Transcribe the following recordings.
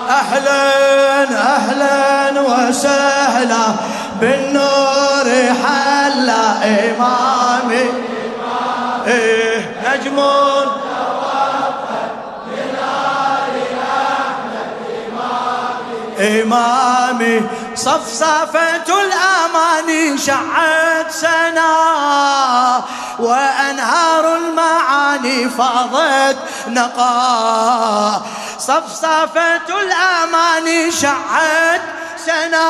أهلا أهلا وسهلا بالنور حلا إمامي نجم إمامي صفصفة الأماني شعت سنا وأنهار المعاني فاضت نقا صفصفة الأماني شعت سنا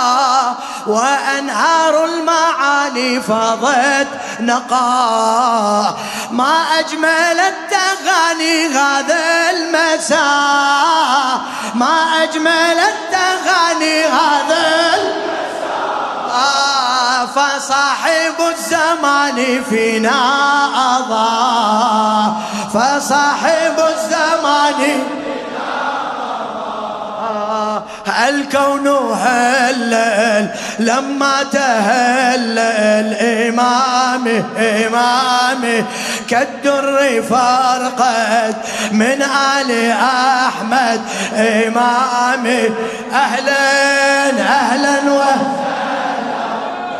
وأنهار المعاني فاضت نقا ما أجمل التغاني هذا المساء ما أجمل التغاني هذا المساء فصاحب الزمان فينا أضاء فصاحب الزمان الكون هلل لما تهلل إمامي إمامي كالدر فرقت من آل أحمد إمامي أهلا أهلا وسهلا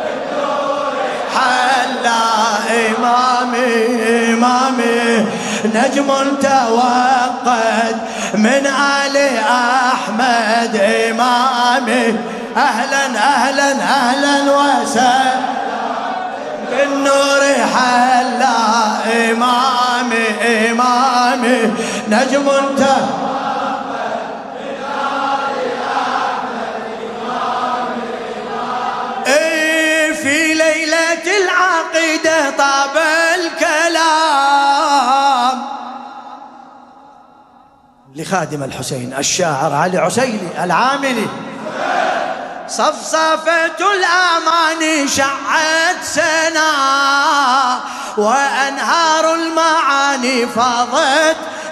حلا إمامي إمامي نجم توقد من آل أحمد إمامي أهلا أهلا أهلا وسهلا بالنور حلا إمامي إمامي نجم توقد من آل أحمد إمامي في ليلة العقيدة طاب الكلام لخادم الحسين الشاعر علي عسيلي العاملي صفصفة الأماني شعت سنا وأنهار المعاني فاضت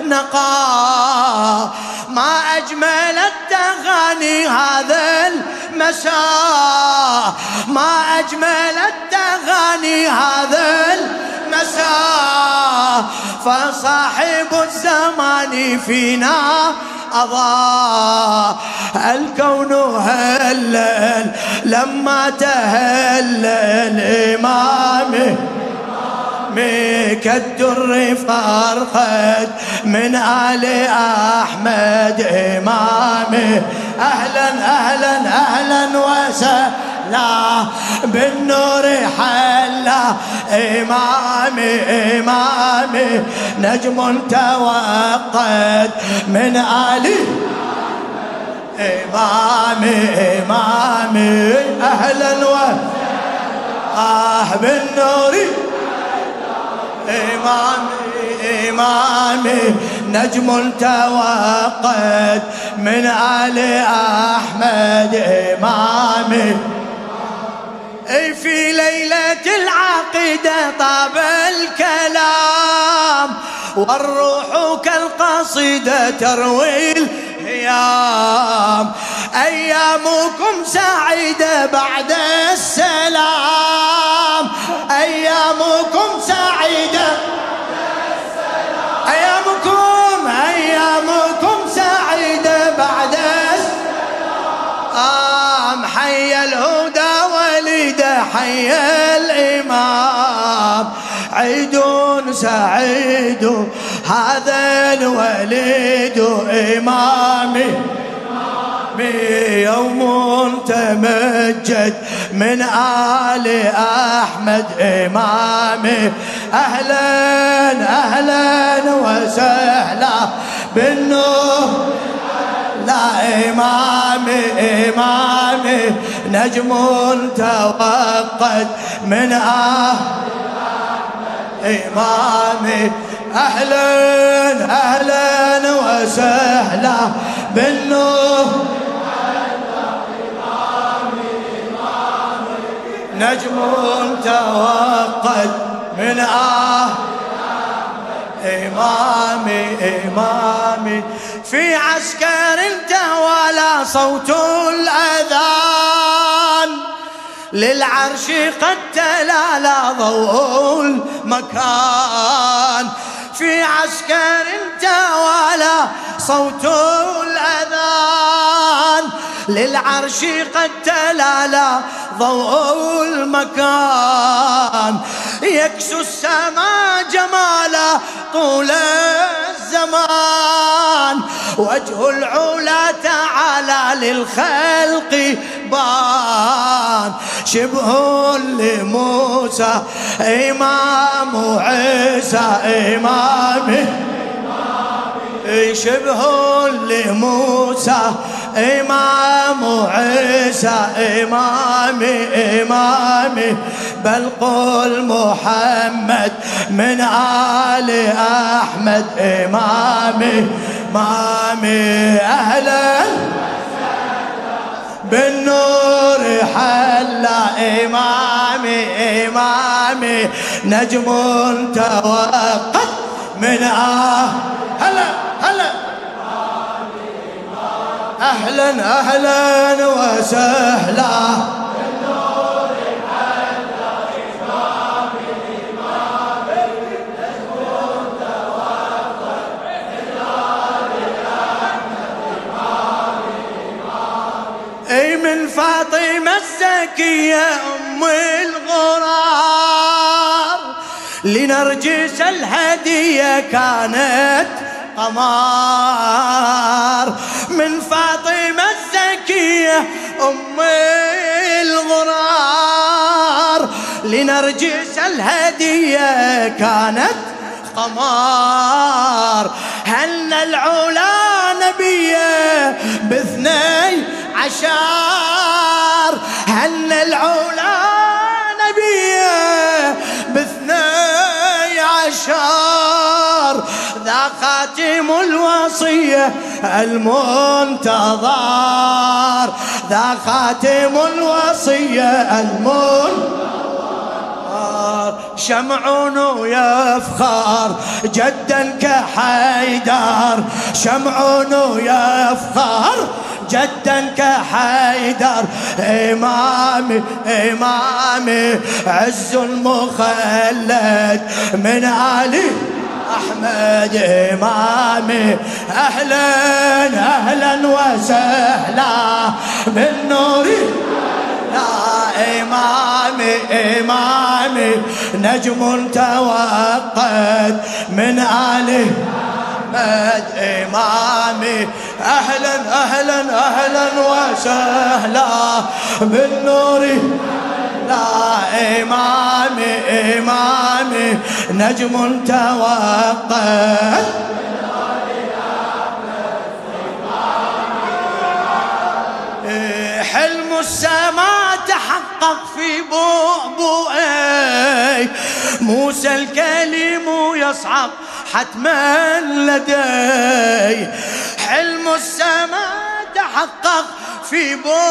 نقا ما أجمل التغاني هذا المساء ما أجمل التغاني هذا المساء فصاحب الزمان فينا أضاء الكون هلل لما تهلل إمامي كالدر فرقت من آل أحمد إمامي أهلا أهلا أهلا وسهلا بالنور حلا إمامي إمامي نجم توقد من آل إمامي إمامي أهلا وسهلا بالنور إمامي إمامي نجم توقد من آل أحمد إمامي في ليلة العقيدة طاب الكلام والروح كالقصيدة تروي الهيام أيامكم سعيدة بعد السلام أيامكم سعيدة أيامكم سعيدة بعد السلام حي الهدى وليده حي الإمام عيد سعيد هذا الوليد إمامي يوم تمجد من آل أحمد إمامي أهلا أهلا وسهلا بالنور لا إمامي إمامي نجم توقد من آل إمامي أهلا أهلا وسهلا بالنور نجم توقد من إمامي إمامي في عسكر توالى صوت الأذان للعرش قد تلالى ضوء المكان في عسكر توالى صوت الأذان للعرش قد تلالى ضوء المكان، يكسو السماء جمالا طول الزمان، وجه العلا تعالى للخلق بان، شبه لموسى إمام عيسى إمامي، شبه لموسى إمام عيسى إمامي إمامي، بل قل محمد من آل أحمد إمامي إمامي. أهلا بالنور حلى إمامي إمامي، نجم توقد من هلا هلا أهلا أهلا وسهلا بالنور حلى إمامي إمامي، نجم توقد من آل أحمد إمامي إمامي. أي من فاطمة الزكية أم الغرار، لنرجس الهدية كانت قمار، من فاطمة الزكية أم الغرار، لنرجس الهدية كانت قمار، هن العلا نبيه باثني عشر، هن العلا نبيه باثني عشر، ذا خاتم الوصية المنتظر، ذا خاتم الوصية المنتظر، شمعون يفخر جدا كحيدر، شمعون يفخر جدا كحيدر، إمامي إمامي عز المخلد من آل أحمد إمامي. أهلا أهلا وسهلا بالنور يا إمامي إمامي، نجم توقد من آل أحمد إمامي. أهلا أهلا أهلا وسهلا بالنور لا إمامي إمامي، نجم توقد حلم السماء تحقق في بؤبؤي، موسى الكليم يصعق حتما لدي، حلم السماء تحقق في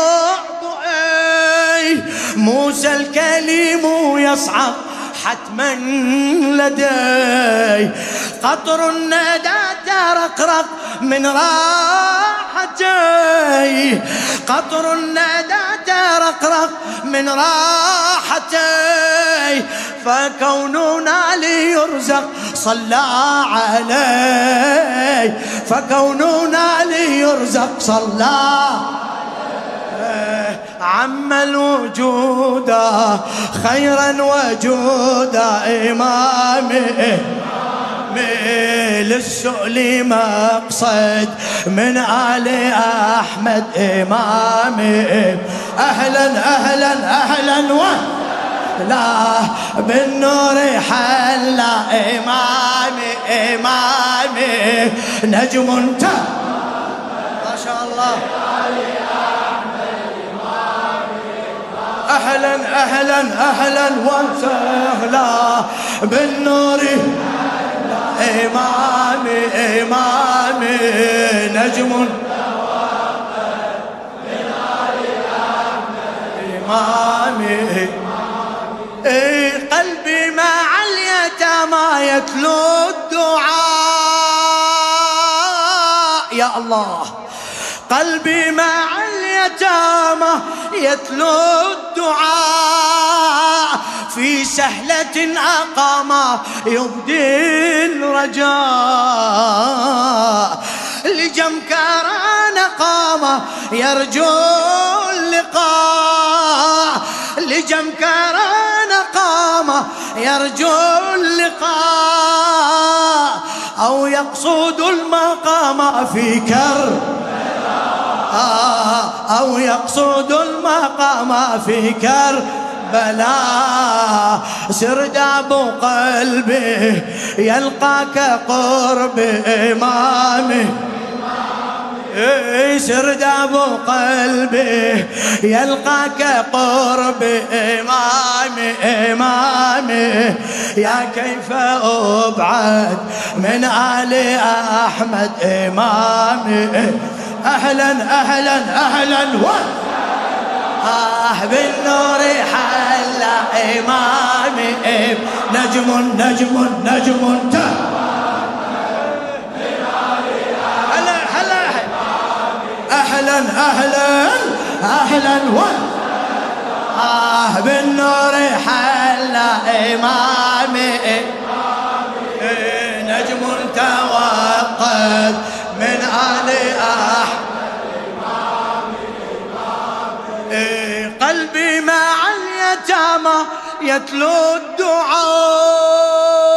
بؤبؤي، موسى الكليم يصعق حتما لدي، قطر الندى ترقرق من راحتي، قطر الندى ترقرق من راحتي، فكوننا ليرزق صلى علي، فكوننا ليرزق صلى عم الوجود خيرا وجودا إمامي للسؤل مقصد من آل أحمد إمامي. أهلا أهلا أهلا لا بالنور حلا إمامي إمامي، نجم ما شاء الله. أهلا أهلا أهلا وسهلا بالنور إمامي إمامي، نجم إمامي. قلبي مع اليتامى يتلو الدعاء، يا الله قلبي مع اليتامى يتلو الدعاء، في سهلة أقام يبدي الرجاء، لجمكران قام قام يرجو اللقاء لجمكران قام يرجو اللقاء أو يقصد المقام في كربلاء أو يقصد المقام في كربلاء سرداب قلبي يلقاك قرب إمامه سرداب قلبي يلقاك قرب إمامي يا كيف أبعد من آل أحمد إمامي أهلا أهلا أهلا بالنور حل إمامي نجم نجم نجم أهلا أهلا أهلا بالنور حل إمامي نجم توقد من آل أحمد قلبي مع اليتامى يتلو الدعاء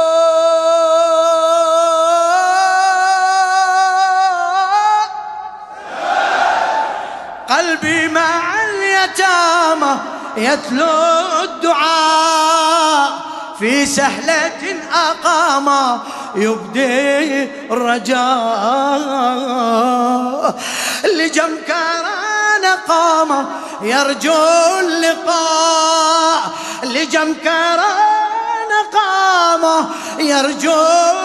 قلبي مع اليتامى يتلو الدعاء في سهلة أقام يبدي الرجاء لجمكران قام يرجو اللقاء لجمكران قام يرجو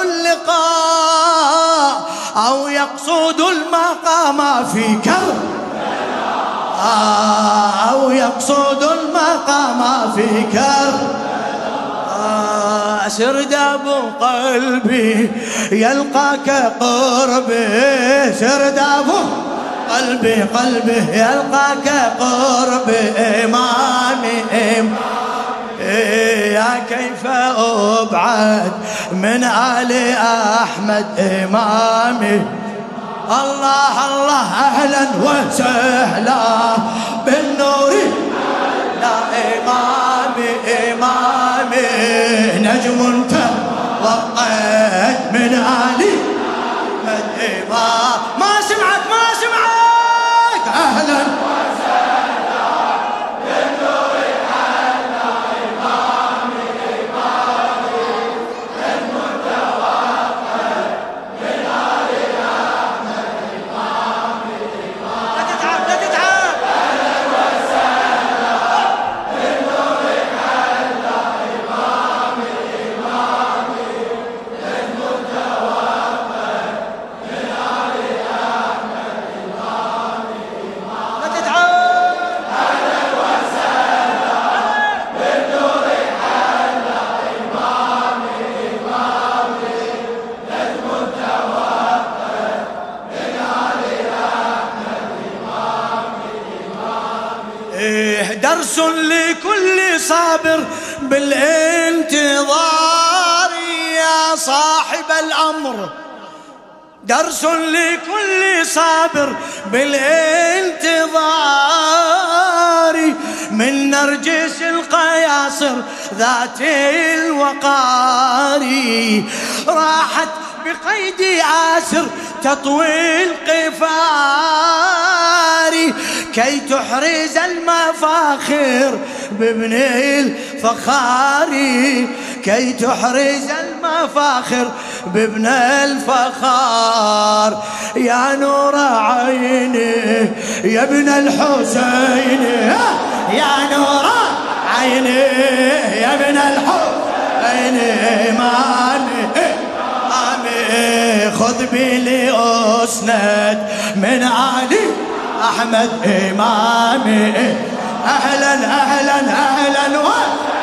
اللقاء أو يقصد المقام في كرب أو يقصد المقام في كرب سرداب قلبي يلقاك قربي سرداب قلبي يلقاك قرب إمامي يا كيف أبعد من آل أحمد إمامي الله الله أهلا وسهلا بالنور لا إمامي نجم توقد من آل أحمد ما سمعك أهلا وسهلا بالنور حل إمامي نجم توقد من آل أحمد لا تتعب أهلا وسهلا بالنور حل إمامي نجم توقد من آل درس لكل صابر بالانتظار يا صاحب الأمر درس لكل صابر بالانتظار من نرجس القياصر ذات الوقار راحت بقيد عاسر تطوي القفار كي تحرز المفاخر بابن الفخار كي تحرز المفاخر بابن الفخار يا نور عيني يا ابن الحسين يا نور عيني يا ابن الحسين إمامي خذ بي لأسند من علي أحمد إمامي أهلا أهلا أهلا